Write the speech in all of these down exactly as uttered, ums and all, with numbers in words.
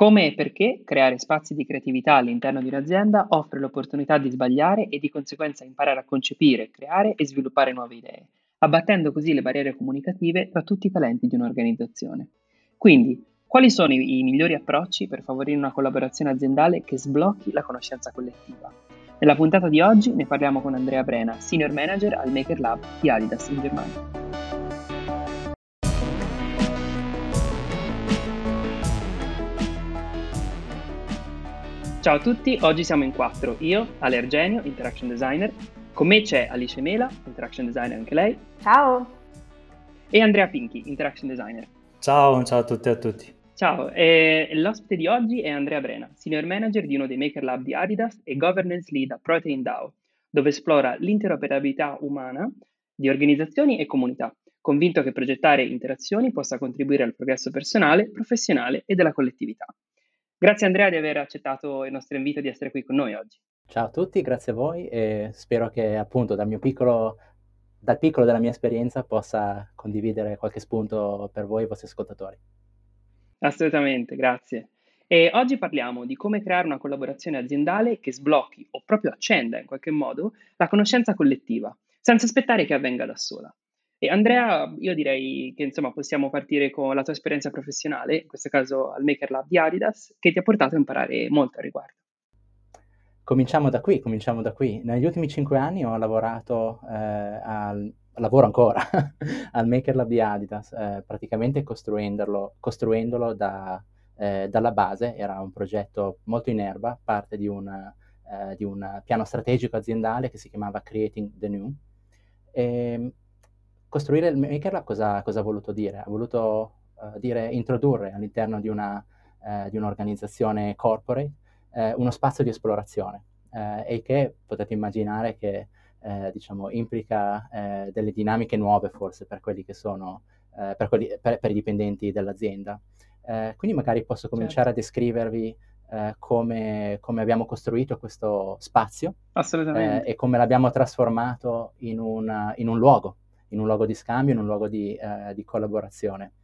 Come e perché creare spazi di creatività all'interno di un'azienda offre l'opportunità di sbagliare e di conseguenza imparare a concepire, creare e sviluppare nuove idee, abbattendo così le barriere comunicative tra tutti i talenti di un'organizzazione. Quindi, quali sono i, i migliori approcci per favorire una collaborazione aziendale che sblocchi la conoscenza collettiva? Nella puntata di oggi ne parliamo con Andrea Brena, Senior Manager al Maker Lab di Adidas in Germania. Ciao a tutti, oggi siamo in quattro, io, Ale Argenio, Interaction Designer, con me c'è Alice Mela, Interaction Designer anche lei, Ciao! e Andrea Pinchi, Interaction Designer. Ciao, ciao a tutti e a tutti. Ciao, e l'ospite di oggi è Andrea Brena, Senior Manager di uno dei Maker Lab di Adidas e Governance Lead a Protein DAO, dove esplora l'interoperabilità umana di organizzazioni e comunità, convinto che progettare interazioni possa contribuire al progresso personale, professionale e della collettività. Grazie Andrea di aver accettato il nostro invito di essere qui con noi oggi. Ciao a tutti, grazie a voi e spero che appunto dal mio piccolo, dal piccolo della mia esperienza possa condividere qualche spunto per voi e i vostri ascoltatori. Assolutamente, grazie. E oggi parliamo di come creare una collaborazione aziendale che sblocchi o proprio accenda in qualche modo la conoscenza collettiva, senza aspettare che avvenga da sola. E Andrea, io direi che insomma possiamo partire con la tua esperienza professionale, in questo caso al Maker Lab di Adidas, che ti ha portato a imparare molto al riguardo. Cominciamo da qui, cominciamo da qui. Negli ultimi cinque anni ho lavorato eh, al, lavoro ancora al Maker Lab di Adidas, eh, praticamente costruendolo, costruendolo da, eh, dalla base. Era un progetto molto in erba, parte di un, eh, di un piano strategico aziendale che si chiamava Creating the New. E costruire il Maker Lab cosa, cosa ha voluto dire? Ha voluto uh, dire introdurre all'interno di, una, uh, di un'organizzazione corporate uh, uno spazio di esplorazione uh, e che potete immaginare che uh, diciamo, implica uh, delle dinamiche nuove forse per quelli che sono, uh, per, quelli, per, per i dipendenti dell'azienda. Uh, quindi magari posso cominciare Certo. a descrivervi uh, come, come abbiamo costruito questo spazio Assolutamente. eh, e come l'abbiamo trasformato in, una, in un luogo, in un luogo di scambio, in un luogo di, eh, di collaborazione.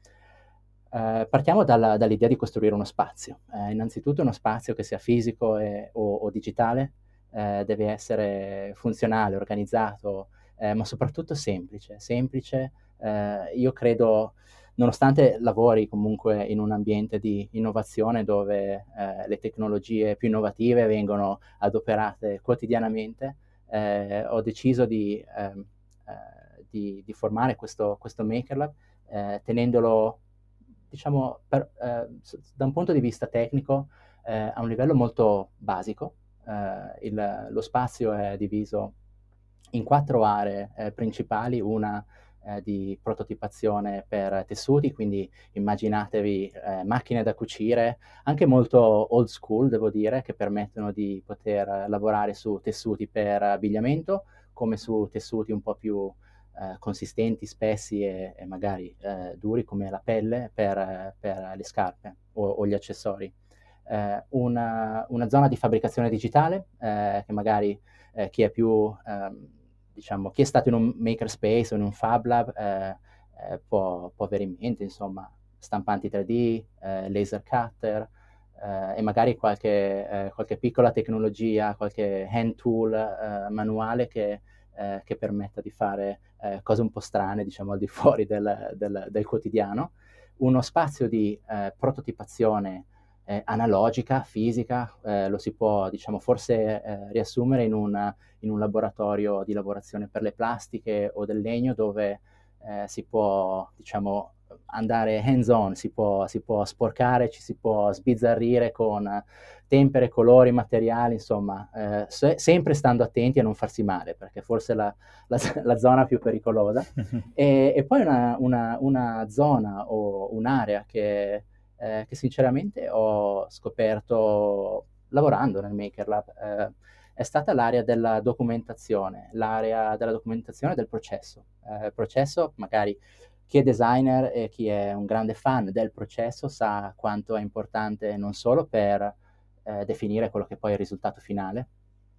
Eh, partiamo dalla, dall'idea di costruire uno spazio. Eh, innanzitutto uno spazio che sia fisico e, o, o digitale eh, deve essere funzionale, organizzato, eh, ma soprattutto semplice. Semplice, eh, io credo, nonostante lavori comunque in un ambiente di innovazione dove eh, le tecnologie più innovative vengono adoperate quotidianamente, eh, ho deciso di, ehm, eh, di, di formare questo, questo Maker Lab eh, tenendolo, diciamo, per, eh, da un punto di vista tecnico eh, a un livello molto basico. Eh, il, lo spazio è diviso in quattro aree eh, principali, una eh, di prototipazione per tessuti, quindi immaginatevi eh, macchine da cucire, anche molto old school, devo dire, che permettono di poter lavorare su tessuti per abbigliamento, come su tessuti un po' più eh, consistenti, spessi e, e magari eh, duri come la pelle per, per le scarpe o, o gli accessori. Eh, una, una zona di fabbricazione digitale eh, che magari eh, chi è più ehm, diciamo chi è stato in un makerspace o in un Fab Lab eh, eh, può, può avere in mente, insomma, stampanti tre D, eh, laser cutter eh, e magari qualche, eh, qualche piccola tecnologia, qualche hand tool eh, manuale che, eh, che permetta di fare eh, cose un po' strane, diciamo, al di fuori del, del, del quotidiano. Uno spazio di eh, prototipazione eh, analogica, fisica, eh, lo si può, diciamo, forse eh, riassumere in un, in un laboratorio di lavorazione per le plastiche o del legno dove eh, si può, diciamo, andare hands-on, si può, si può sporcare, ci si può sbizzarrire con tempere, colori, materiali, insomma, eh, se, sempre stando attenti a non farsi male, perché forse è la, la, la zona più pericolosa. e, e poi una, una, una zona o un'area che eh, che sinceramente ho scoperto lavorando nel Maker Lab, eh, è stata l'area della documentazione, l'area della documentazione del processo. Eh, processo, magari chi è designer e chi è un grande fan del processo sa quanto è importante non solo per eh, definire quello che poi è il risultato finale,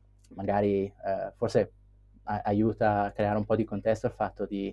magari eh, forse a- aiuta a creare un po' di contesto il fatto di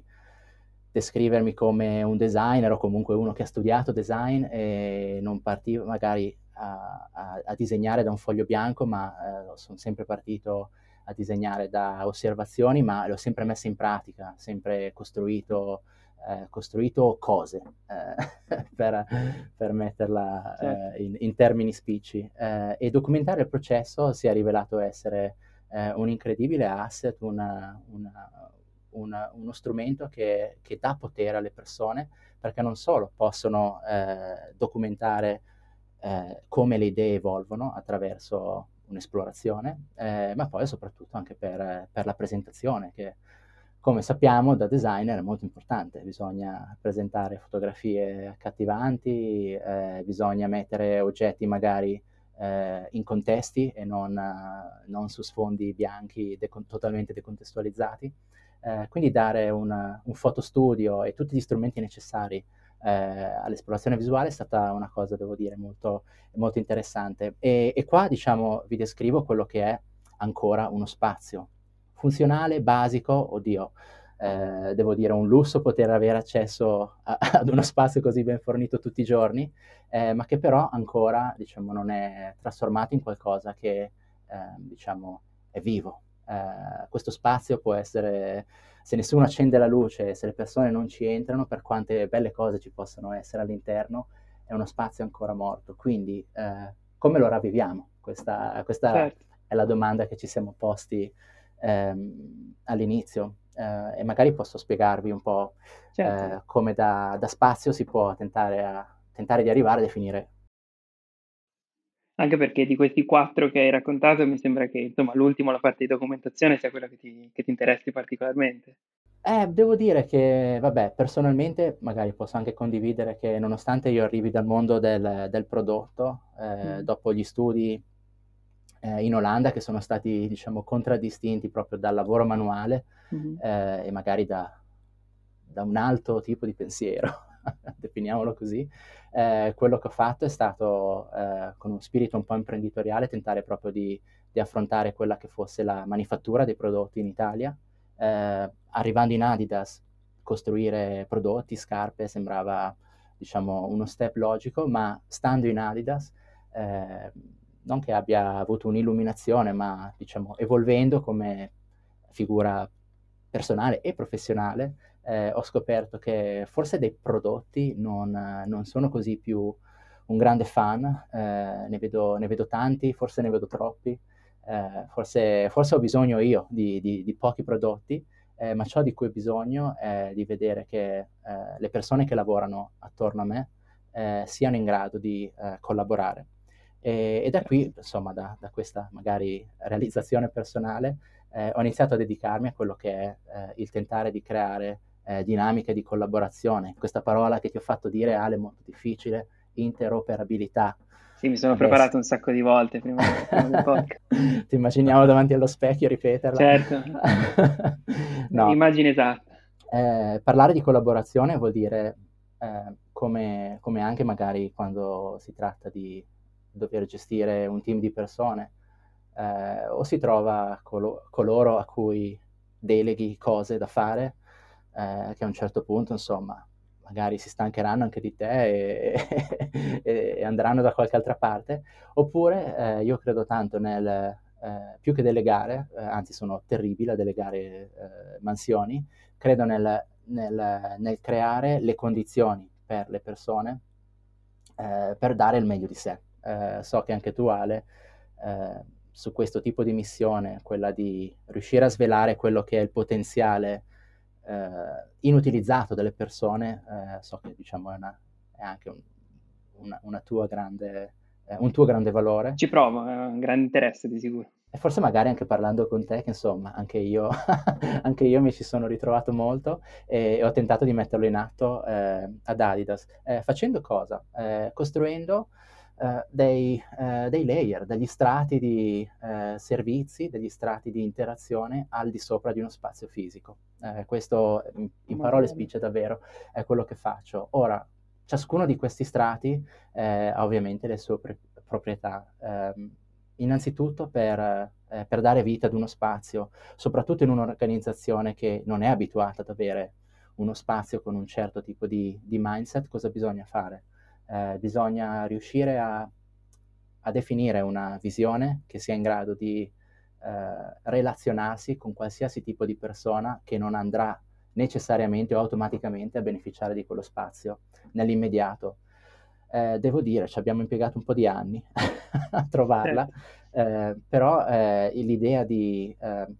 descrivermi come un designer o comunque uno che ha studiato design e non partivo magari a, a, a disegnare da un foglio bianco, ma eh, sono sempre partito a disegnare da osservazioni, ma l'ho sempre messo in pratica, sempre costruito, eh, costruito cose, eh, per, per metterla Certo. eh, in, in termini spicci. Eh, e documentare il processo si è rivelato essere eh, un incredibile asset, una, una, una, uno strumento che, che dà potere alle persone, perché non solo possono eh, documentare eh, come le idee evolvono attraverso un'esplorazione, eh, ma poi soprattutto anche per, per la presentazione, che come sappiamo da designer è molto importante. Bisogna presentare fotografie accattivanti, eh, bisogna mettere oggetti magari eh, in contesti e non, uh, non su sfondi bianchi decon- totalmente decontestualizzati. Eh, quindi dare un, un fotostudio e tutti gli strumenti necessari eh, all'esplorazione visuale è stata una cosa, devo dire, molto, molto interessante. E, e qua, diciamo, vi descrivo quello che è ancora uno spazio funzionale, basico, oddio, eh, devo dire un lusso poter avere accesso a, ad uno spazio così ben fornito tutti i giorni, eh, ma che però ancora, diciamo, non è trasformato in qualcosa che, eh, diciamo, è vivo. Eh, questo spazio può essere, se nessuno accende la luce, se le persone non ci entrano, per quante belle cose ci possono essere all'interno, è uno spazio ancora morto. Quindi, eh, come lo ravviviamo? Questa, questa Certo. è la domanda che ci siamo posti ehm, all'inizio, eh, e magari posso spiegarvi un po' Certo. eh, come da, da spazio si può tentare, a, tentare di arrivare a definire. Anche perché di questi quattro che hai raccontato mi sembra che, insomma, l'ultimo, la parte di documentazione, sia quella che ti che ti interessi particolarmente. Eh, devo dire che, vabbè, personalmente magari posso anche condividere che nonostante io arrivi dal mondo del, del prodotto, eh, Mh. dopo gli studi eh, in Olanda che sono stati, diciamo, contraddistinti proprio dal lavoro manuale Mh-mh. eh, e magari da, da un alto tipo di pensiero, definiamolo così, eh, quello che ho fatto è stato, eh, con uno spirito un po' imprenditoriale, tentare proprio di, di affrontare quella che fosse la manifattura dei prodotti in Italia. Eh, arrivando in Adidas, costruire prodotti, scarpe, sembrava, diciamo, uno step logico, ma stando in Adidas, eh, non che abbia avuto un'illuminazione, ma diciamo evolvendo come figura personale e professionale, eh, ho scoperto che forse dei prodotti non, non sono così più un grande fan, eh, ne vedo, ne vedo tanti, forse ne vedo troppi, eh, forse, forse ho bisogno io di, di, di pochi prodotti, eh, ma ciò di cui ho bisogno è di vedere che eh, le persone che lavorano attorno a me eh, siano in grado di eh, collaborare. E, e da qui, Certo. insomma, da, da questa magari realizzazione personale, eh, ho iniziato a dedicarmi a quello che è eh, il tentare di creare eh, dinamiche di collaborazione. Questa parola che ti ho fatto dire, Ale, è molto difficile, interoperabilità. Sì, mi sono Adesso preparato un sacco di volte prima de prima del podcast. ti immaginiamo davanti allo specchio a ripeterla. Certo, è No, l'immagine esatta. eh, parlare di collaborazione vuol dire, eh, come, come anche magari quando si tratta di dover gestire un team di persone, eh, o si trova colo- coloro a cui deleghi cose da fare, eh, che a un certo punto, insomma, magari si stancheranno anche di te e, e- e andranno da qualche altra parte, oppure eh, io credo tanto nel, eh, più che delegare, eh, anzi sono terribile a delegare eh, mansioni, credo nel, nel, nel creare le condizioni per le persone eh, per dare il meglio di sé. Eh, so che anche tu, Ale, eh, su questo tipo di missione, quella di riuscire a svelare quello che è il potenziale eh, inutilizzato delle persone, eh, so che diciamo è, una, è anche un, una, una tua grande, eh, un tuo grande valore. Ci provo, è un grande interesse di sicuro. E forse magari anche parlando con te, che insomma, anche io, anche io mi ci sono ritrovato molto e ho tentato di metterlo in atto eh, ad Adidas. Eh, facendo cosa? Eh, costruendo eh, dei, eh, dei layer, degli strati di eh, servizi, degli strati di interazione al di sopra di uno spazio fisico. Eh, questo, in, in Molto parole bello. spicce davvero, è quello che faccio. Ora, ciascuno di questi strati eh, ha ovviamente le sue pre- proprietà. Ehm, innanzitutto per, eh, per dare vita ad uno spazio, soprattutto in un'organizzazione che non è abituata ad avere uno spazio con un certo tipo di, di mindset, cosa bisogna fare? Eh, bisogna riuscire a a definire una visione che sia in grado di eh, relazionarsi con qualsiasi tipo di persona che non andrà necessariamente o automaticamente a beneficiare di quello spazio nell'immediato. Eh, devo dire, ci abbiamo impiegato un po' di anni a trovarla, Certo. eh, però eh, l'idea, di, eh, eh,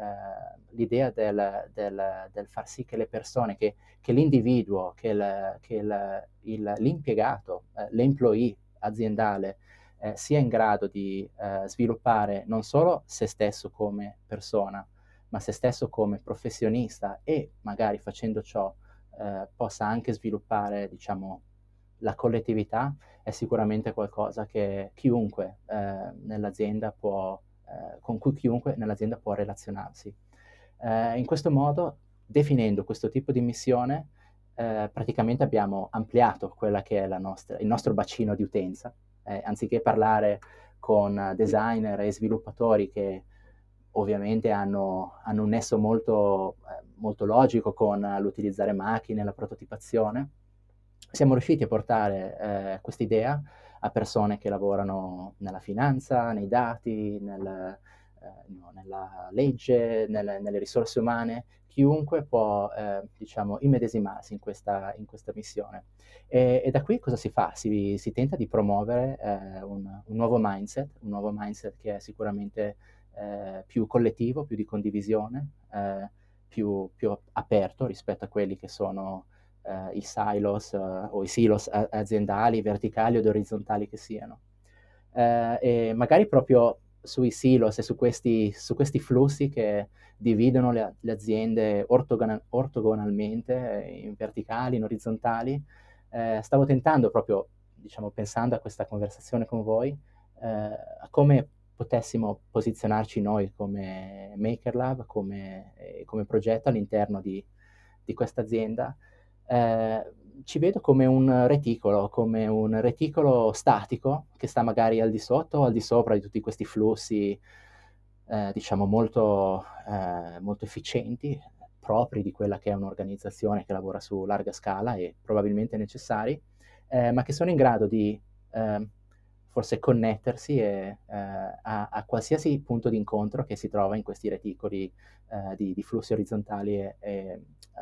l'idea del, del, del far sì che le persone, che, che l'individuo, che, il, che il, il, l'impiegato, eh, l'employee aziendale eh, sia in grado di eh, sviluppare non solo se stesso come persona, ma se stesso come professionista e magari facendo ciò eh, possa anche sviluppare, diciamo, la collettività, è sicuramente qualcosa che chiunque eh, nell'azienda può, eh, con cui chiunque nell'azienda può relazionarsi. Eh, in questo modo, definendo questo tipo di missione, eh, praticamente abbiamo ampliato quella che è la nostra, il nostro bacino di utenza. Eh, anziché parlare con designer e sviluppatori che ovviamente hanno, hanno un nesso molto, eh, molto logico con l'utilizzare macchine, la prototipazione, siamo riusciti a portare eh, questa idea a persone che lavorano nella finanza, nei dati, nel, eh, no, nella legge, nelle, nelle risorse umane. Chiunque può, eh, diciamo, immedesimarsi in questa, in questa missione. E, e da qui cosa si fa? Si, si tenta di promuovere eh, un, un nuovo mindset, un nuovo mindset che è sicuramente eh, più collettivo, più di condivisione, eh, più, più aperto rispetto a quelli che sono eh, i silos eh, o i silos a- aziendali, verticali o orizzontali che siano. Eh, e magari proprio sui silos e su questi, su questi flussi che dividono le, le aziende ortogonal, ortogonalmente, eh, in verticali, in orizzontali, eh, stavo tentando proprio, diciamo, pensando a questa conversazione con voi, eh, a come potessimo posizionarci noi come Maker Lab, come, eh, come progetto all'interno di, di questa azienda. Eh, ci vedo come un reticolo, come un reticolo statico che sta magari al di sotto o al di sopra di tutti questi flussi, eh, diciamo, molto, eh, molto efficienti, propri di quella che è un'organizzazione che lavora su larga scala e probabilmente necessari, eh, ma che sono in grado di eh, forse connettersi e, eh, a, a qualsiasi punto di incontro che si trova in questi reticoli eh, di, di flussi orizzontali e, e, eh,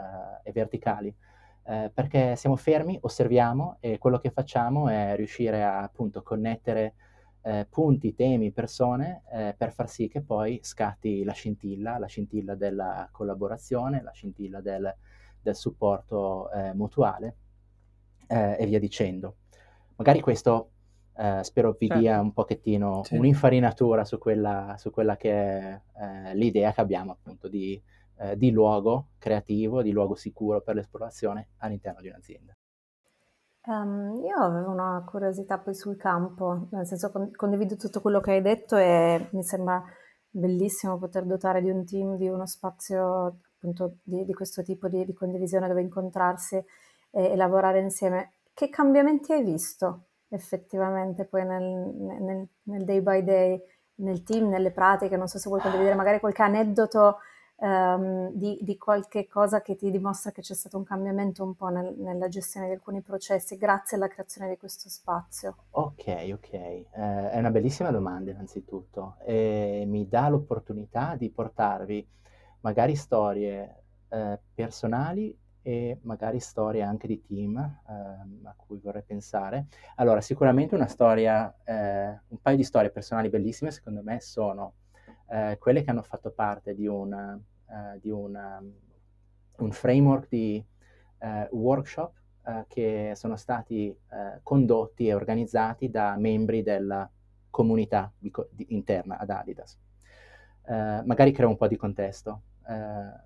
e verticali. Eh, perché siamo fermi, osserviamo e quello che facciamo è riuscire a appunto connettere eh, punti, temi, persone eh, per far sì che poi scatti la scintilla, la scintilla della collaborazione, la scintilla del, del supporto eh, mutuale eh, e via dicendo. Magari questo eh, spero vi dia Certo. un pochettino Sì. un'infarinatura su quella, su quella che è eh, l'idea che abbiamo appunto di, eh, di luogo creativo, di luogo sicuro per l'esplorazione all'interno di un'azienda. Ehm, io avevo una curiosità poi sul campo, nel senso con- condivido tutto quello che hai detto e mi sembra bellissimo poter dotare di un team, di uno spazio appunto di, di questo tipo di, di condivisione dove incontrarsi e, e lavorare insieme. Che cambiamenti hai visto effettivamente poi nel, nel- nel day by day, nel team, nelle pratiche? Non so se vuoi condividere magari qualche aneddoto ehm, di, di qualche cosa che ti dimostra che c'è stato un cambiamento un po' nel- nella gestione di alcuni processi grazie alla creazione di questo spazio. Ok, ok, eh, è una bellissima domanda innanzitutto e mi dà l'opportunità di portarvi magari storie eh, personali e magari storie anche di team ehm, a cui vorrei pensare. Allora, sicuramente una storia, eh, un paio di storie personali bellissime secondo me sono eh, quelle che hanno fatto parte di un, eh, di un, um, un framework di eh, workshop eh, che sono stati eh, condotti e organizzati da membri della comunità di co- di- interna ad Adidas. Eh, magari creo un po' di contesto. Eh,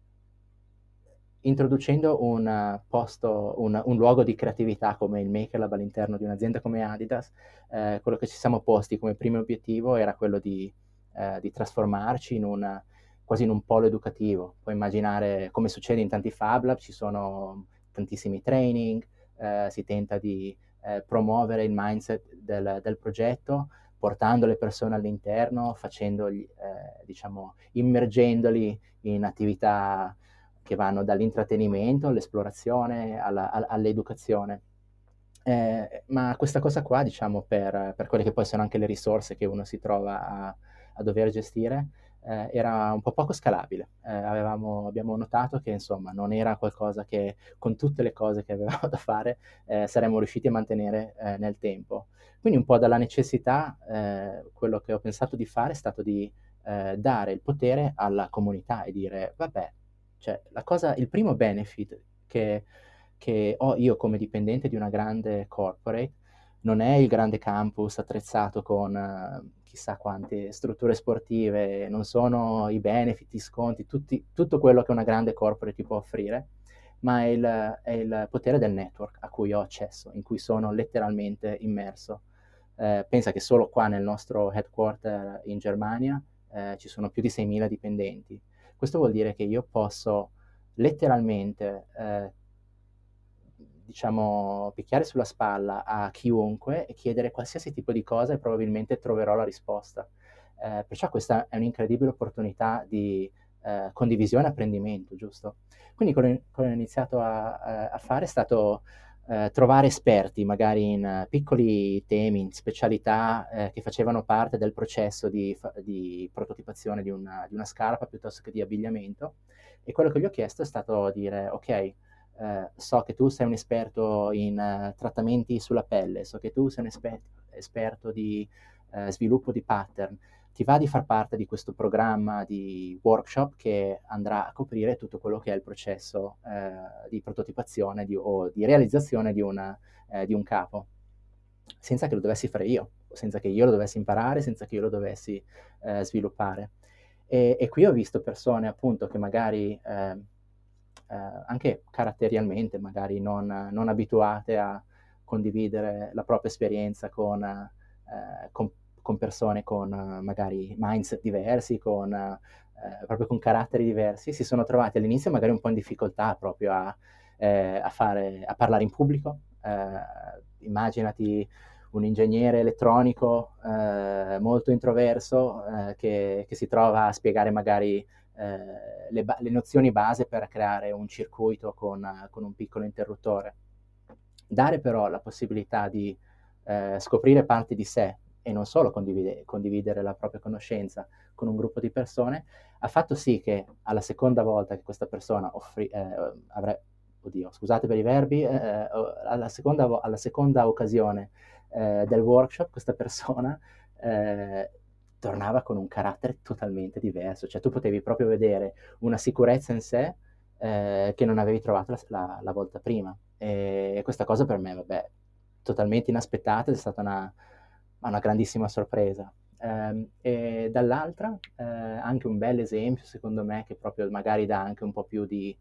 introducendo un uh, posto, un, un luogo di creatività come il Maker Lab all'interno di un'azienda come Adidas, eh, quello che ci siamo posti come primo obiettivo era quello di, eh, di trasformarci in un, quasi in un polo educativo. Puoi immaginare, come succede in tanti Fab Lab, ci sono tantissimi training, eh, si tenta di eh, promuovere il mindset del, del progetto, portando le persone all'interno, facendogli, eh, diciamo, immergendoli in attività che vanno dall'intrattenimento all'esplorazione alla, all'educazione. Eh, ma questa cosa qua, diciamo, per, per quelle che poi sono anche le risorse che uno si trova a, a dover gestire, eh, era un po' poco scalabile. Eh, avevamo, abbiamo notato che, insomma, non era qualcosa che, con tutte le cose che avevamo da fare, eh, saremmo riusciti a mantenere eh, nel tempo. Quindi un po' dalla necessità, eh, quello che ho pensato di fare è stato di eh, dare il potere alla comunità e dire, vabbè, cioè, la cosa, il primo benefit che, che ho io come dipendente di una grande corporate non è il grande campus attrezzato con eh, chissà quante strutture sportive, non sono i benefit, gli sconti, tutti, tutto quello che una grande corporate ti può offrire, ma è il, è il potere del network a cui ho accesso, in cui sono letteralmente immerso. Eh, pensa che solo qua nel nostro headquarter in Germania eh, ci sono più di seimila dipendenti. Questo vuol dire che io posso letteralmente, eh, diciamo, picchiare sulla spalla a chiunque e chiedere qualsiasi tipo di cosa e probabilmente troverò la risposta. Eh, perciò questa è un'incredibile opportunità di eh, condivisione e apprendimento, giusto? Quindi quello che ho iniziato a, a, a fare è stato eh, trovare esperti, magari in uh, piccoli temi, in specialità eh, che facevano parte del processo di, di prototipazione di una, di una scarpa piuttosto che di abbigliamento. E quello che gli ho chiesto è stato dire, ok, eh, so che tu sei un esperto in uh, trattamenti sulla pelle, so che tu sei un esper- esperto di uh, sviluppo di pattern, ti va di far parte di questo programma di workshop che andrà a coprire tutto quello che è il processo eh, di prototipazione di, o di realizzazione di, una, eh, di un capo, senza che lo dovessi fare io, senza che io lo dovessi imparare, senza che io lo dovessi eh, sviluppare. E, e qui ho visto persone appunto che magari eh, eh, anche caratterialmente magari non, non abituate a condividere la propria esperienza con, eh, con, con persone con uh, magari mindset diversi, con, uh, proprio con caratteri diversi, si sono trovati all'inizio magari un po' in difficoltà proprio a, eh, a, fare, a parlare in pubblico. Eh, immaginati un ingegnere elettronico eh, molto introverso eh, che, che si trova a spiegare magari eh, le, ba- le nozioni base per creare un circuito con, uh, con un piccolo interruttore. Dare però la possibilità di eh, scoprire parti di sé e non solo condivide- condividere la propria conoscenza con un gruppo di persone, ha fatto sì che alla seconda volta che questa persona offrì, eh, avrebbe, oddio, scusate per i verbi, eh, alla, seconda, alla seconda occasione eh, del workshop, questa persona eh, tornava con un carattere totalmente diverso, cioè tu potevi proprio vedere una sicurezza in sé eh, che non avevi trovato la, la, la volta prima. E questa cosa per me, vabbè, totalmente inaspettata, è stata una, una grandissima sorpresa. Eh, e dall'altra, eh, anche un bel esempio, secondo me, che proprio magari dà anche un po' più di,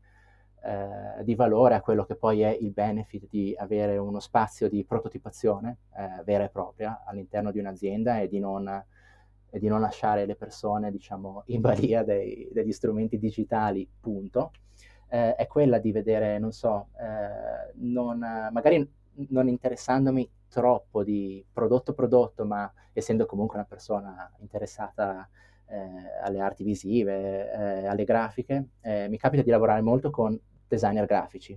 eh, di valore a quello che poi è il benefit di avere uno spazio di prototipazione eh, vera e propria all'interno di un'azienda e di non, e di non lasciare le persone, diciamo, in balia dei, degli strumenti digitali, punto. Eh, è quella di vedere, non so, eh, non, magari non interessandomi troppo di prodotto prodotto, ma essendo comunque una persona interessata eh, alle arti visive, eh, alle grafiche, eh, mi capita di lavorare molto con designer grafici.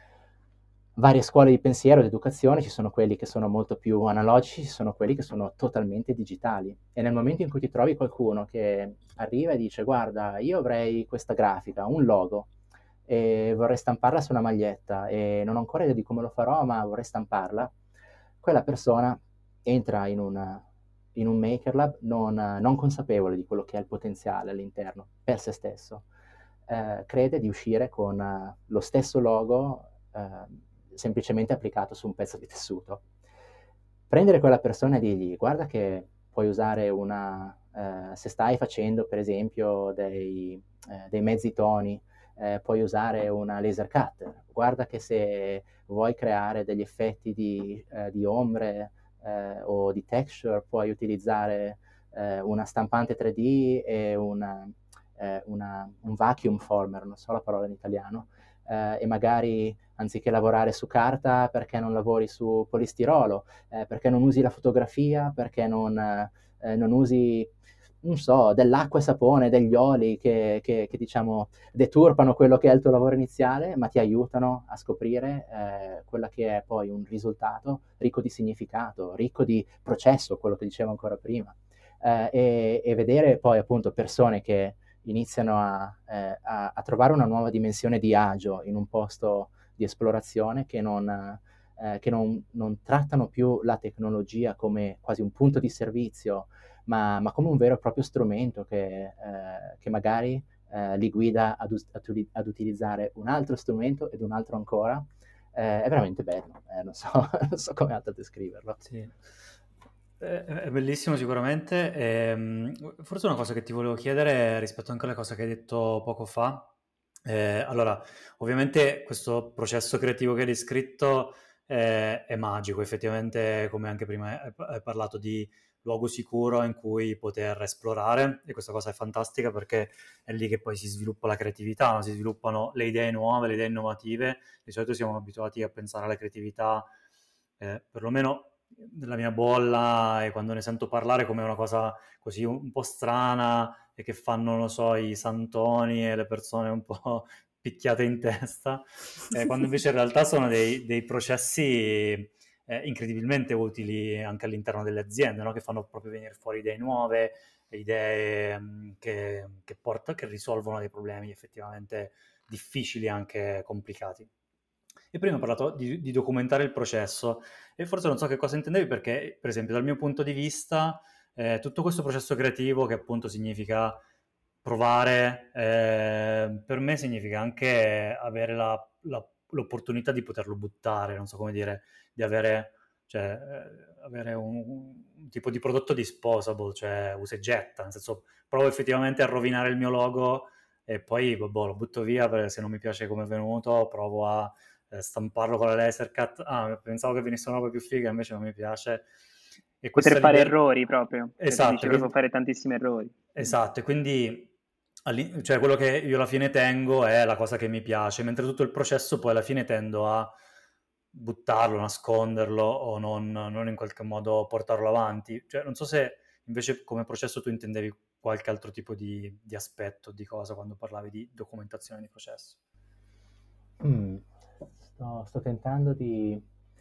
Varie scuole di pensiero ed educazione, ci sono quelli che sono molto più analogici, ci sono quelli che sono totalmente digitali. E nel momento in cui ti trovi qualcuno che arriva e dice guarda, io avrei questa grafica, un logo, e vorrei stamparla su una maglietta e non ho ancora idea di come lo farò, ma vorrei stamparla, quella persona entra in, una, in un Maker Lab non, non consapevole di quello che è il potenziale all'interno, per se stesso. Eh, crede di uscire con uh, lo stesso logo eh, semplicemente applicato su un pezzo di tessuto. Prendere quella persona e dirgli guarda che puoi usare una, eh, se stai facendo per esempio dei, eh, dei mezzi toni, eh, puoi usare una laser cutter, guarda che se vuoi creare degli effetti di, eh, di ombre eh, o di texture puoi utilizzare eh, una stampante tre D e una, eh, una, un vacuum former, non so la parola in italiano, eh, e magari anziché lavorare su carta, perché non lavori su polistirolo, eh, perché non usi la fotografia, perché non, eh, non usi non so, dell'acqua e sapone, degli oli che, che, che, diciamo deturpano quello che è il tuo lavoro iniziale, ma ti aiutano a scoprire eh, quello che è poi un risultato ricco di significato, ricco di processo, quello che dicevo ancora prima, eh, e, e vedere poi appunto persone che iniziano a, eh, a, a trovare una nuova dimensione di agio in un posto di esplorazione che non... Eh, che non, non trattano più la tecnologia come quasi un punto di servizio, ma, ma come un vero e proprio strumento che, eh, che magari eh, li guida ad, us- ad uli- ad utilizzare un altro strumento ed un altro ancora. Eh, è veramente bello, eh, non so, non so come altro descriverlo. Sì. È è bellissimo sicuramente. Ehm, forse una cosa che ti volevo chiedere rispetto anche alle cose che hai detto poco fa. Eh, allora, ovviamente questo processo creativo che hai descritto eh, è magico, effettivamente, come anche prima hai hai parlato di luogo sicuro in cui poter esplorare, e questa cosa è fantastica perché è lì che poi si sviluppa la creatività, no? Si sviluppano le idee nuove, le idee innovative. Di solito siamo abituati a pensare alla creatività, eh, perlomeno nella mia bolla, e quando ne sento parlare, come una cosa così un, un po' strana e che fanno, non lo so, i santoni e le persone un po' picchiate in testa, eh, quando invece in realtà sono dei, dei processi eh, incredibilmente utili anche all'interno delle aziende, no? Che fanno proprio venire fuori idee nuove, idee mh, che, che, porta, che risolvono dei problemi effettivamente difficili e anche complicati. E prima ho parlato di, di documentare il processo, e forse non so che cosa intendevi perché, per esempio, dal mio punto di vista, eh, tutto questo processo creativo, che appunto significa provare, eh, per me significa anche avere la- la- l'opportunità di poterlo buttare, non so come dire, di avere, cioè, eh, avere un, un tipo di prodotto disposable, cioè usa e getta, nel senso provo effettivamente a rovinare il mio logo e poi boh, lo butto via perché se non mi piace come è venuto, provo a eh, stamparlo con la laser cut. Ah, pensavo che venisse una roba più figa, invece non mi piace. E Poter questa fare libertà... errori proprio, cioè tu dici Esatto, proprio quindi... fare tantissimi errori. Mm. esatto, e quindi all'in- cioè, quello che io alla fine tengo è la cosa che mi piace, mentre tutto il processo poi alla fine tendo a buttarlo, nasconderlo o non, non in qualche modo portarlo avanti. Cioè, non so se invece come processo tu intendevi qualche altro tipo di, di aspetto, di cosa, quando parlavi di documentazione di processo. Mm, sto, sto tentando di...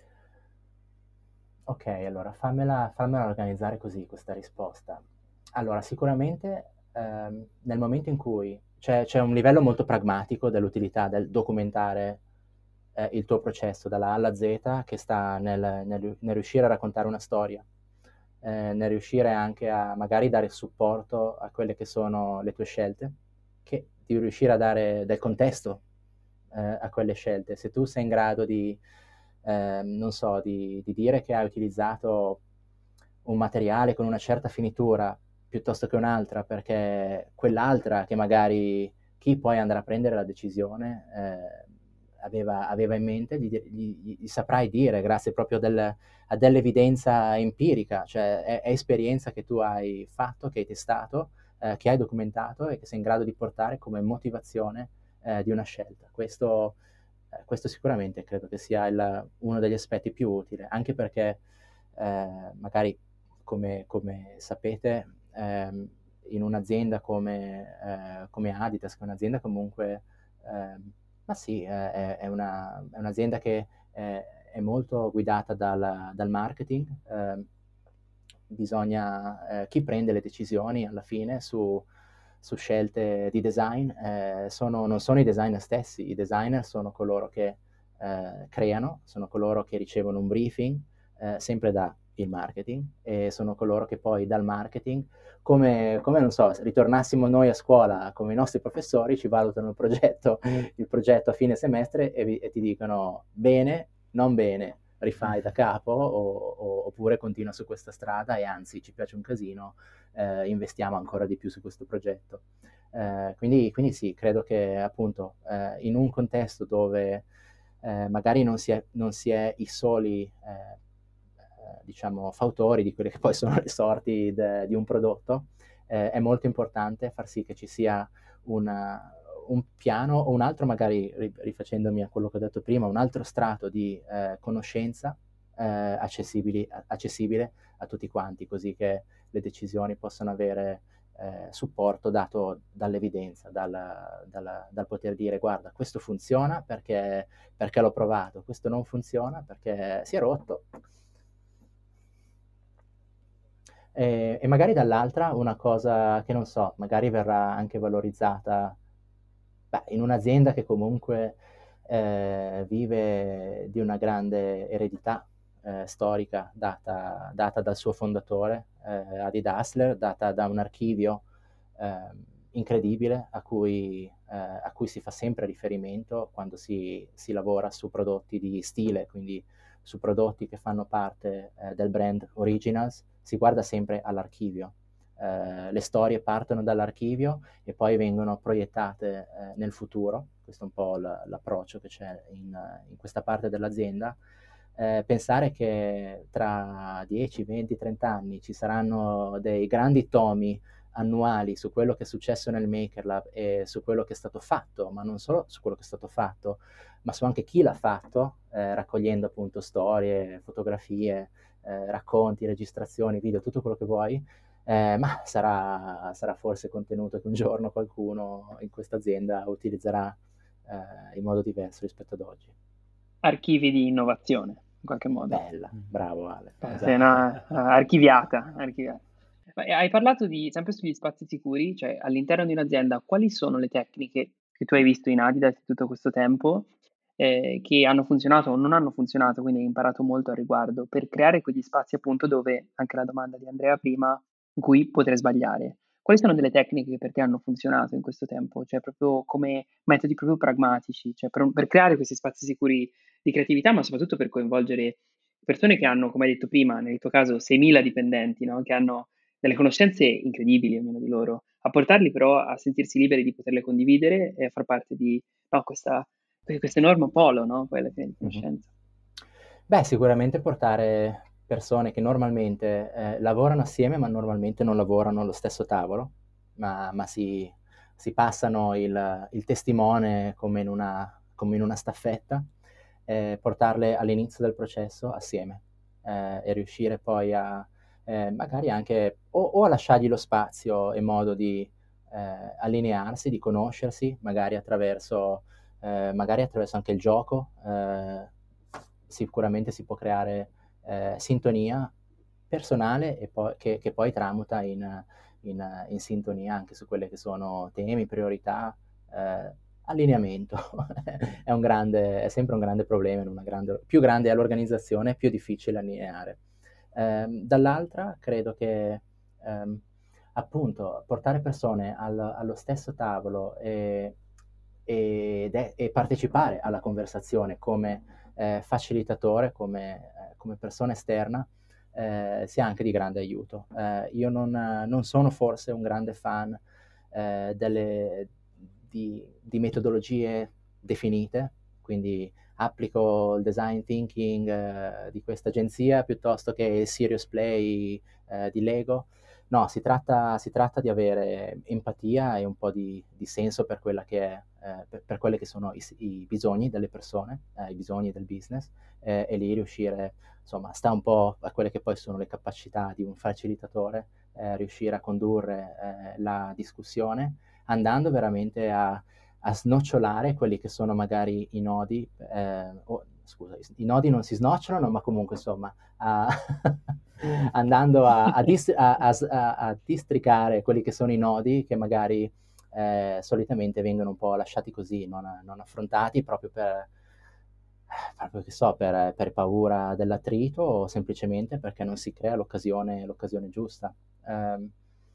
Ok, allora fammela, fammela organizzare così questa risposta. Allora, sicuramente ehm, nel momento in cui c'è, c'è un livello molto pragmatico dell'utilità del documentare eh, il tuo processo dalla A alla Z, che sta nel, nel- nel riuscire a raccontare una storia, eh, nel riuscire anche a magari dare supporto a quelle che sono le tue scelte, che di riuscire a dare del contesto eh, a quelle scelte. Se tu sei in grado di, ehm, non so, di, di dire che hai utilizzato un materiale con una certa finitura piuttosto che un'altra, perché quell'altra che magari chi poi andrà a prendere la decisione eh, aveva, aveva in mente, gli, gli- gli saprai dire grazie proprio del- a dell'evidenza empirica, cioè è, è esperienza che tu hai fatto, che hai testato, eh, che hai documentato e che sei in grado di portare come motivazione eh, di una scelta. Questo, eh, questo sicuramente credo che sia il- uno degli aspetti più utili, anche perché eh, magari come, come sapete ehm, in un'azienda come, eh, come Adidas, che è un'azienda comunque, ehm, ma sì, eh, è, è una- è un'azienda che eh, è molto guidata dal, dal marketing. ehm, bisogna, eh, chi prende le decisioni alla fine su, su scelte di design eh, sono, non sono i designer stessi, i designer sono coloro che eh, creano, sono coloro che ricevono un briefing eh, sempre da il marketing e sono coloro che poi dal marketing, come, come non so, se ritornassimo noi a scuola come i nostri professori, ci valutano il progetto, il progetto a fine semestre e, vi, e ti dicono bene, non bene, rifai da capo o, o, oppure continua su questa strada e anzi ci piace un casino, eh, investiamo ancora di più su questo progetto. Eh, quindi, quindi sì, credo che appunto eh, in un contesto dove eh, magari non si, è, non si è i soli eh, eh, diciamo fautori di quelle che poi sono le sorti de, di un prodotto, eh, è molto importante far sì che ci sia una, un piano o un altro, magari rifacendomi a quello che ho detto prima, un altro strato di eh, conoscenza eh, accessibili, accessibile a tutti quanti, così che le decisioni possano avere eh, supporto dato dall'evidenza, dal, dal, dal poter dire guarda, questo funziona perché, perché l'ho provato, questo non funziona perché si è rotto. E, e magari dall'altra una cosa che non so, magari verrà anche valorizzata beh, in un'azienda che comunque eh, vive di una grande eredità eh, storica data, data dal suo fondatore, eh, Adi Dassler, data da un archivio eh, incredibile a cui, eh, a cui si fa sempre riferimento quando si, si lavora su prodotti di stile, quindi su prodotti che fanno parte eh, del brand Originals, si guarda sempre all'archivio. Eh, le storie partono dall'archivio e poi vengono proiettate eh, nel futuro, questo è un po' l- l'approccio che c'è in, in questa parte dell'azienda. Eh, pensare che tra dieci, venti, trenta anni ci saranno dei grandi tomi annuali su quello che è successo nel Maker Lab e su quello che è stato fatto, ma non solo su quello che è stato fatto, ma su anche chi l'ha fatto, eh, raccogliendo appunto storie, fotografie, eh, racconti, registrazioni, video, tutto quello che vuoi, eh, ma sarà, sarà forse contenuto che un giorno qualcuno in questa azienda utilizzerà eh, in modo diverso rispetto ad oggi. Archivi di innovazione, in qualche modo. Bella, bravo Ale. Eh, Esatto. sei una uh, archiviata, archiviata. Ma hai parlato di, sempre sugli spazi sicuri, cioè all'interno di un'azienda, quali sono le tecniche che tu hai visto in Adidas in tutto questo tempo eh, che hanno funzionato o non hanno funzionato, quindi hai imparato molto al riguardo, per creare quegli spazi appunto dove, anche la domanda di Andrea prima, in cui poter sbagliare. Quali sono delle tecniche che per te hanno funzionato in questo tempo? Cioè proprio come metodi proprio pragmatici, cioè per, per creare questi spazi sicuri di creatività, ma soprattutto per coinvolgere persone che hanno, come hai detto prima, nel tuo caso seimila dipendenti, no? Che hanno delle conoscenze incredibili, ognuno di loro, a portarli però a sentirsi liberi di poterle condividere e a far parte di no, questa, questo enorme polo, no? Poi alla fine di Mhm. conoscenza. Beh, sicuramente portare persone che normalmente eh, lavorano assieme, ma normalmente non lavorano allo stesso tavolo, ma, ma si, si passano il, il testimone come in una, come in una staffetta, eh, portarle all'inizio del processo assieme eh, e riuscire poi a eh, magari anche o, o a lasciargli lo spazio in modo di eh, allinearsi, di conoscersi, magari attraverso, eh, magari attraverso anche il gioco. Eh, sicuramente si può creare eh, sintonia personale e poi, che, che poi tramuta in, in, in sintonia anche su quelle che sono temi, priorità, eh, allineamento. È un grande, è sempre un grande problema, in una grande, più grande è l'organizzazione, più difficile allineare. Eh, dall'altra credo che ehm, appunto portare persone al, allo stesso tavolo e, e, e partecipare alla conversazione come eh, facilitatore, come, eh, come persona esterna, eh, sia anche di grande aiuto. Eh, io non, non sono forse un grande fan eh, delle, di, di metodologie definite, quindi applico il design thinking eh, di questa agenzia piuttosto che il serious play eh, di Lego. No, si tratta, si tratta di avere empatia e un po' di, di senso per, quella che è, eh, per, per quelli che sono i, i bisogni delle persone, eh, i bisogni del business, eh, e lì riuscire, insomma, sta un po' a quelle che poi sono le capacità di un facilitatore, eh, riuscire a condurre eh, la discussione andando veramente a, a snocciolare quelli che sono magari i nodi, eh, oh, scusa, i nodi non si snocciolano, ma comunque insomma, a andando a, a, dis- a, a, a districare quelli che sono i nodi che magari eh, solitamente vengono un po' lasciati così, non, non affrontati proprio per, proprio che so, per, per paura dell'attrito o semplicemente perché non si crea l'occasione, l'occasione giusta. Um,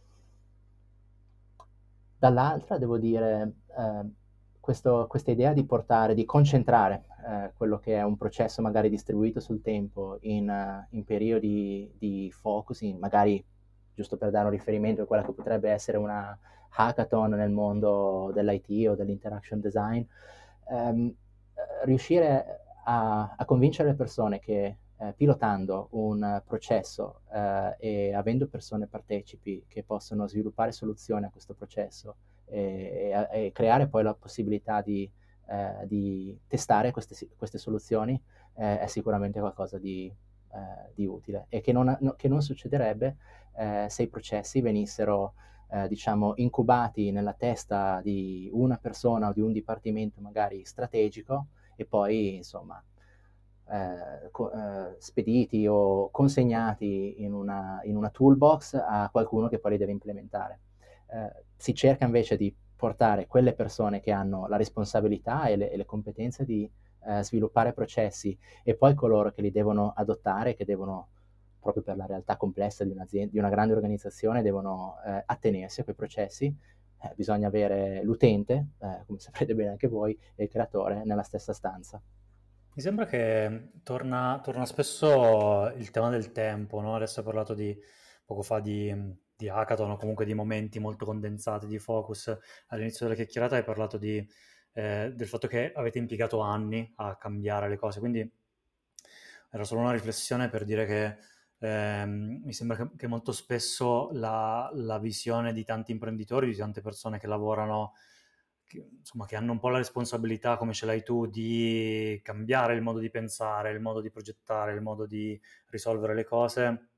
Dall'altra devo dire, eh, questo, questa idea di portare, di concentrare eh, quello che è un processo magari distribuito sul tempo in, uh, in periodi di focusing, magari giusto per dare un riferimento a quella che potrebbe essere una hackathon nel mondo dell'I T o dell'interaction design, ehm, riuscire a, a convincere le persone che eh, pilotando un processo eh, e avendo persone partecipi che possono sviluppare soluzioni a questo processo e, e, e creare poi la possibilità di, eh, di testare queste, queste soluzioni eh, è sicuramente qualcosa di, eh, di utile e che non, no, che non succederebbe eh, se i processi venissero eh, diciamo, incubati nella testa di una persona o di un dipartimento magari strategico e poi, insomma, eh, co- eh, spediti o consegnati in una, in una toolbox a qualcuno che poi li deve implementare. Eh, si cerca invece di portare quelle persone che hanno la responsabilità e le, e le competenze di eh, sviluppare processi e poi coloro che li devono adottare, che devono, proprio per la realtà complessa di un'azienda, di una grande organizzazione, devono eh, attenersi a quei processi. Eh, bisogna avere l'utente, eh, come saprete bene anche voi, e il creatore nella stessa stanza. Mi sembra che torna, torna spesso il tema del tempo, no? Adesso hai parlato di, poco fa di, di hackathon o comunque di momenti molto condensati, di focus. All'inizio della chiacchierata hai parlato di, eh, del fatto che avete impiegato anni a cambiare le cose, quindi era solo una riflessione per dire che ehm, mi sembra che, che molto spesso la, la visione di tanti imprenditori, di tante persone che lavorano, che, insomma, che hanno un po' la responsabilità, come ce l'hai tu, di cambiare il modo di pensare, il modo di progettare, il modo di risolvere le cose,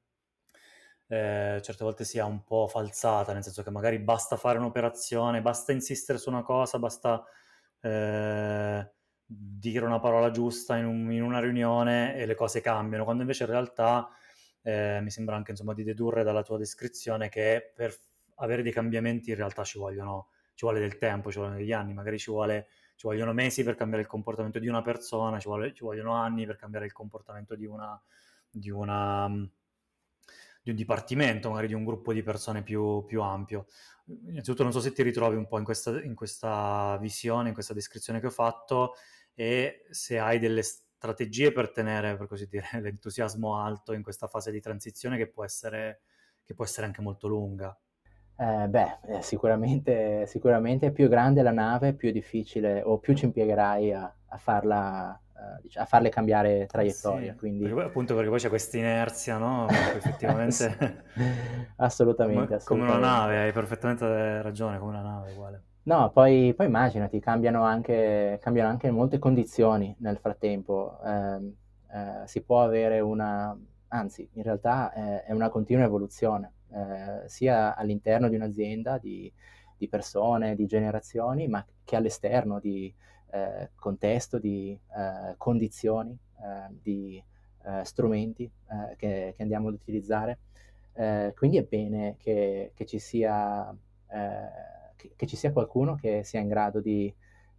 eh, certe volte sia un po' falsata, nel senso che magari basta fare un'operazione, basta insistere su una cosa, basta eh, dire una parola giusta in, un- in una riunione e le cose cambiano, quando invece in realtà eh, mi sembra anche insomma di dedurre dalla tua descrizione che per f- avere dei cambiamenti in realtà ci vogliono, ci vuole del tempo, ci vogliono degli anni, magari ci vuole, ci vogliono mesi per cambiare il comportamento di una persona, ci, vuole- ci vogliono anni per cambiare il comportamento di una, di una, di un dipartimento, magari di un gruppo di persone più, più ampio. Innanzitutto non so se ti ritrovi un po' in questa, in questa visione, in questa descrizione che ho fatto e se hai delle strategie per tenere, per così dire, l'entusiasmo alto in questa fase di transizione che può essere, che può essere anche molto lunga. Eh, beh, eh, sicuramente, sicuramente più grande la nave, più difficile o più ci impiegherai a, a farla, eh, dic- a farle cambiare Eh sì, traiettoria. perché Quindi, poi, appunto perché poi c'è questa inerzia, no? Per cui Sì, effettivamente assolutamente, come, come una nave, assolutamente. hai perfettamente ragione, come una nave uguale. No, poi, poi immaginati, cambiano anche, cambiano anche molte condizioni nel frattempo. Ehm, eh, si può avere una, anzi, in realtà è, è una continua evoluzione, eh, sia all'interno di un'azienda, di, di persone, di generazioni, ma che all'esterno di eh, contesto, di eh, condizioni, eh, di eh, strumenti eh, che, che andiamo ad utilizzare. Eh, quindi è bene che, che ci sia, eh, che, che ci sia qualcuno che sia in grado di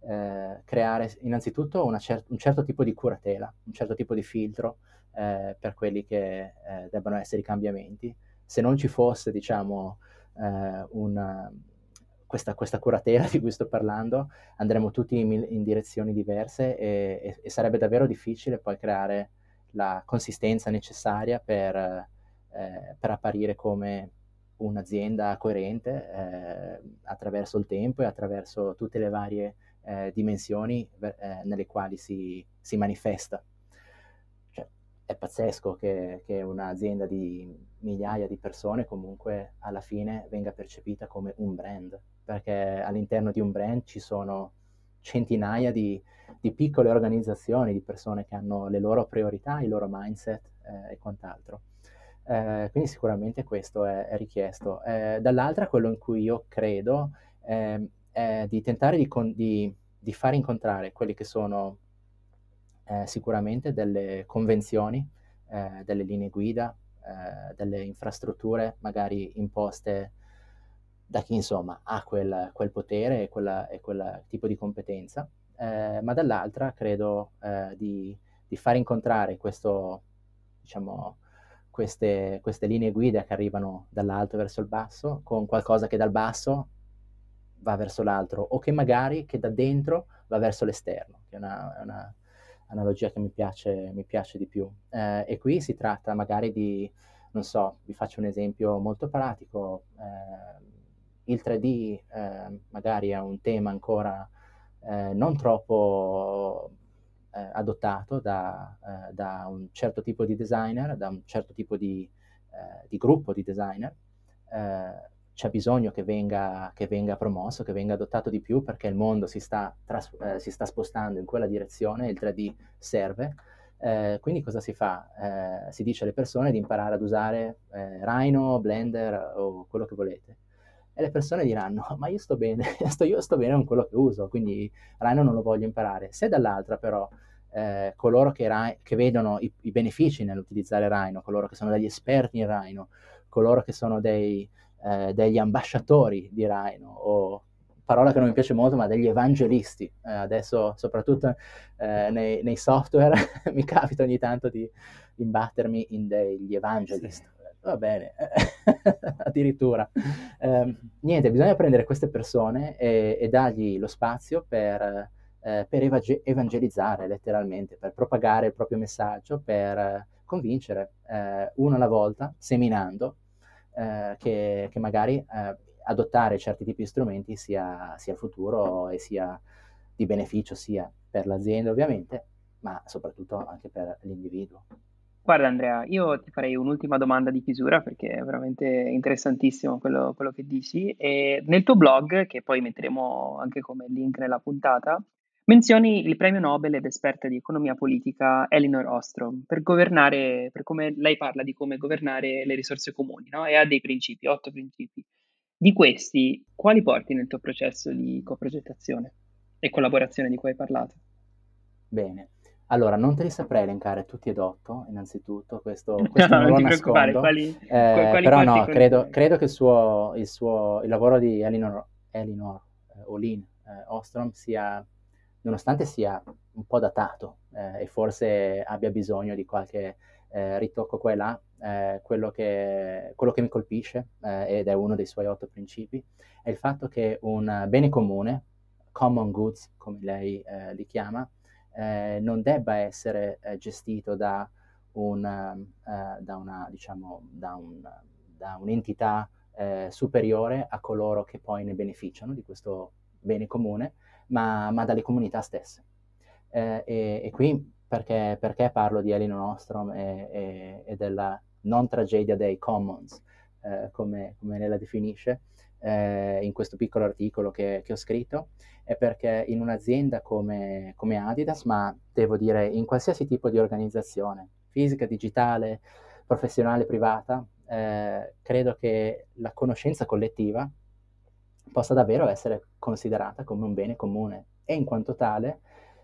eh, creare innanzitutto una cer- un certo tipo di curatela, un certo tipo di filtro eh, per quelli che eh, debbano essere i cambiamenti. Se non ci fosse, diciamo, eh, una, questa, questa curatela di cui sto parlando, andremo tutti in, mil- in direzioni diverse e, e- e sarebbe davvero difficile poi creare la consistenza necessaria per, eh, per apparire come un'azienda coerente eh, attraverso il tempo e attraverso tutte le varie eh, dimensioni eh, nelle quali si, si manifesta. Cioè, è pazzesco che, che un'azienda di migliaia di persone comunque alla fine venga percepita come un brand, perché all'interno di un brand ci sono centinaia di, di piccole organizzazioni, di persone che hanno le loro priorità, i loro mindset eh, e quant'altro. Eh, quindi sicuramente questo è, è richiesto. Eh, dall'altra, quello in cui io credo eh, è di tentare di, con- di, di far incontrare quelli che sono eh, sicuramente delle convenzioni, eh, delle linee guida, eh, delle infrastrutture magari imposte da chi insomma ha quel, quel potere e, quella, e quel tipo di competenza, eh, ma dall'altra credo eh, di, di far incontrare questo, diciamo, queste, queste linee guida che arrivano dall'alto verso il basso con qualcosa che dal basso va verso l'altro o che magari che da dentro va verso l'esterno, che è una, è una analogia che mi piace, mi piace di più. Eh, e qui si tratta magari di, non so, vi faccio un esempio molto pratico, eh, il tre D eh, magari è un tema ancora eh, non troppo eh, adottato da, eh, da un certo tipo di designer, da un certo tipo di, eh, di gruppo di designer. Eh, c'è bisogno che venga, che venga promosso, che venga adottato di più perché il mondo si sta, tras- eh, si sta spostando in quella direzione, il tre D serve. Eh, quindi cosa si fa? Eh, si dice alle persone di imparare ad usare eh, Rhino, Blender o quello che volete. e le persone diranno, ma io sto bene, sto, io sto bene con quello che uso, quindi Rhino non lo voglio imparare. Se dall'altra però eh, coloro che, Rhi- che vedono i, i benefici nell'utilizzare Rhino, coloro che sono degli esperti in Rhino, coloro che sono dei, eh, degli ambasciatori di Rhino, o parola che non mi piace molto, ma degli evangelisti. Eh, adesso, soprattutto eh, nei, nei software, mi capita ogni tanto di imbattermi in degli evangelist. Sì. Va bene, addirittura. Eh, niente, bisogna prendere queste persone e, e dargli lo spazio per, eh, per evage- evangelizzare, letteralmente, per propagare il proprio messaggio, per eh, convincere eh, uno alla volta, seminando, eh, che, che magari eh, adottare certi tipi di strumenti sia, sia il futuro e sia di beneficio sia per l'azienda ovviamente, ma soprattutto anche per l'individuo. Guarda Andrea, io ti farei un'ultima domanda di chiusura perché è veramente interessantissimo quello, quello che dici. E nel tuo blog, che poi metteremo anche come link nella puntata, menzioni il premio Nobel ed esperta di economia politica Elinor Ostrom per governare, per come lei parla di come governare le risorse comuni, no? E ha dei principi, otto principi. Di questi, quali porti nel tuo processo di coprogettazione e collaborazione di cui hai parlato? Bene, allora non te li saprei elencare tutti ed otto, innanzitutto, questo, questo No, non non lo ti preoccupare, nascondo, quali, qu- eh, quali però porti no, con credo, te? credo che il suo, il suo- il lavoro di Elinor, Elinor eh, Olin eh, Ostrom sia, nonostante sia un po' datato eh, e forse abbia bisogno di qualche eh, ritocco qua e là, eh, quello che, quello che mi colpisce, eh, ed è uno dei suoi otto principi, è il fatto che un bene comune, common goods, come lei eh, li chiama, eh, non debba essere eh, gestito da, un, eh, da, una, diciamo, da, un, da un'entità eh, superiore a coloro che poi ne beneficiano di questo bene comune, ma, ma dalle comunità stesse. Eh, e, e qui perché, perché parlo di Elinor Ostrom e, e, e della non tragedia dei commons, eh, come, come lei la definisce, eh, in questo piccolo articolo che, che ho scritto, è perché in un'azienda come, come Adidas, ma devo dire in qualsiasi tipo di organizzazione, fisica, digitale, professionale, privata, eh, credo che la conoscenza collettiva possa davvero essere considerata come un bene comune e in quanto tale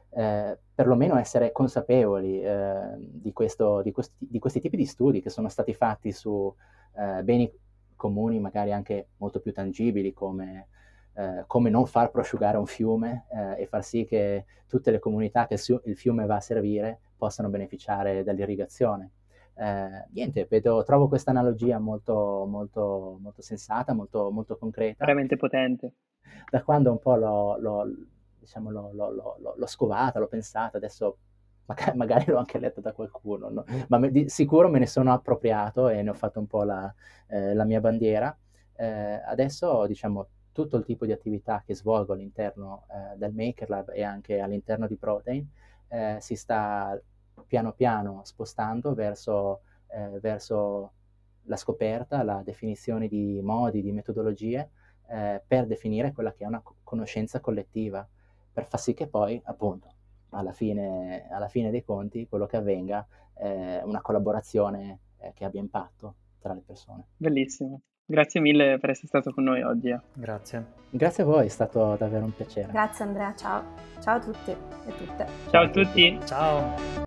eh, perlomeno essere consapevoli eh, di, questo, di, questi, di questi tipi di studi che sono stati fatti su eh, beni comuni magari anche molto più tangibili come, eh, come non far prosciugare un fiume eh, e far sì che tutte le comunità che il fiume va a servire possano beneficiare dall'irrigazione. Eh, niente, vedo, trovo questa analogia molto, molto, molto sensata, molto, molto concreta. Veramente potente. Da quando un po' l'ho, l'ho, diciamo, l'ho, l'ho, l'ho, l'ho scovata, l'ho pensata, adesso magari, magari l'ho anche letta da qualcuno, no? Ma me, di sicuro me ne sono appropriato e ne ho fatto un po' la, eh, la mia bandiera. Eh, adesso, diciamo, tutto il tipo di attività che svolgo all'interno eh, del Maker Lab e anche all'interno di Protein eh, si sta piano piano spostando verso, eh, verso la scoperta, la definizione di modi, di metodologie eh, per definire quella che è una conoscenza collettiva, per far sì che poi, appunto, alla fine, alla fine dei conti, quello che avvenga è una collaborazione eh, che abbia impatto tra le persone. Bellissimo. Grazie mille per essere stato con noi oggi. eh. Grazie. Grazie a voi, è stato davvero un piacere. Grazie Andrea, ciao. Ciao a tutti e tutte. Ciao a tutti. Ciao.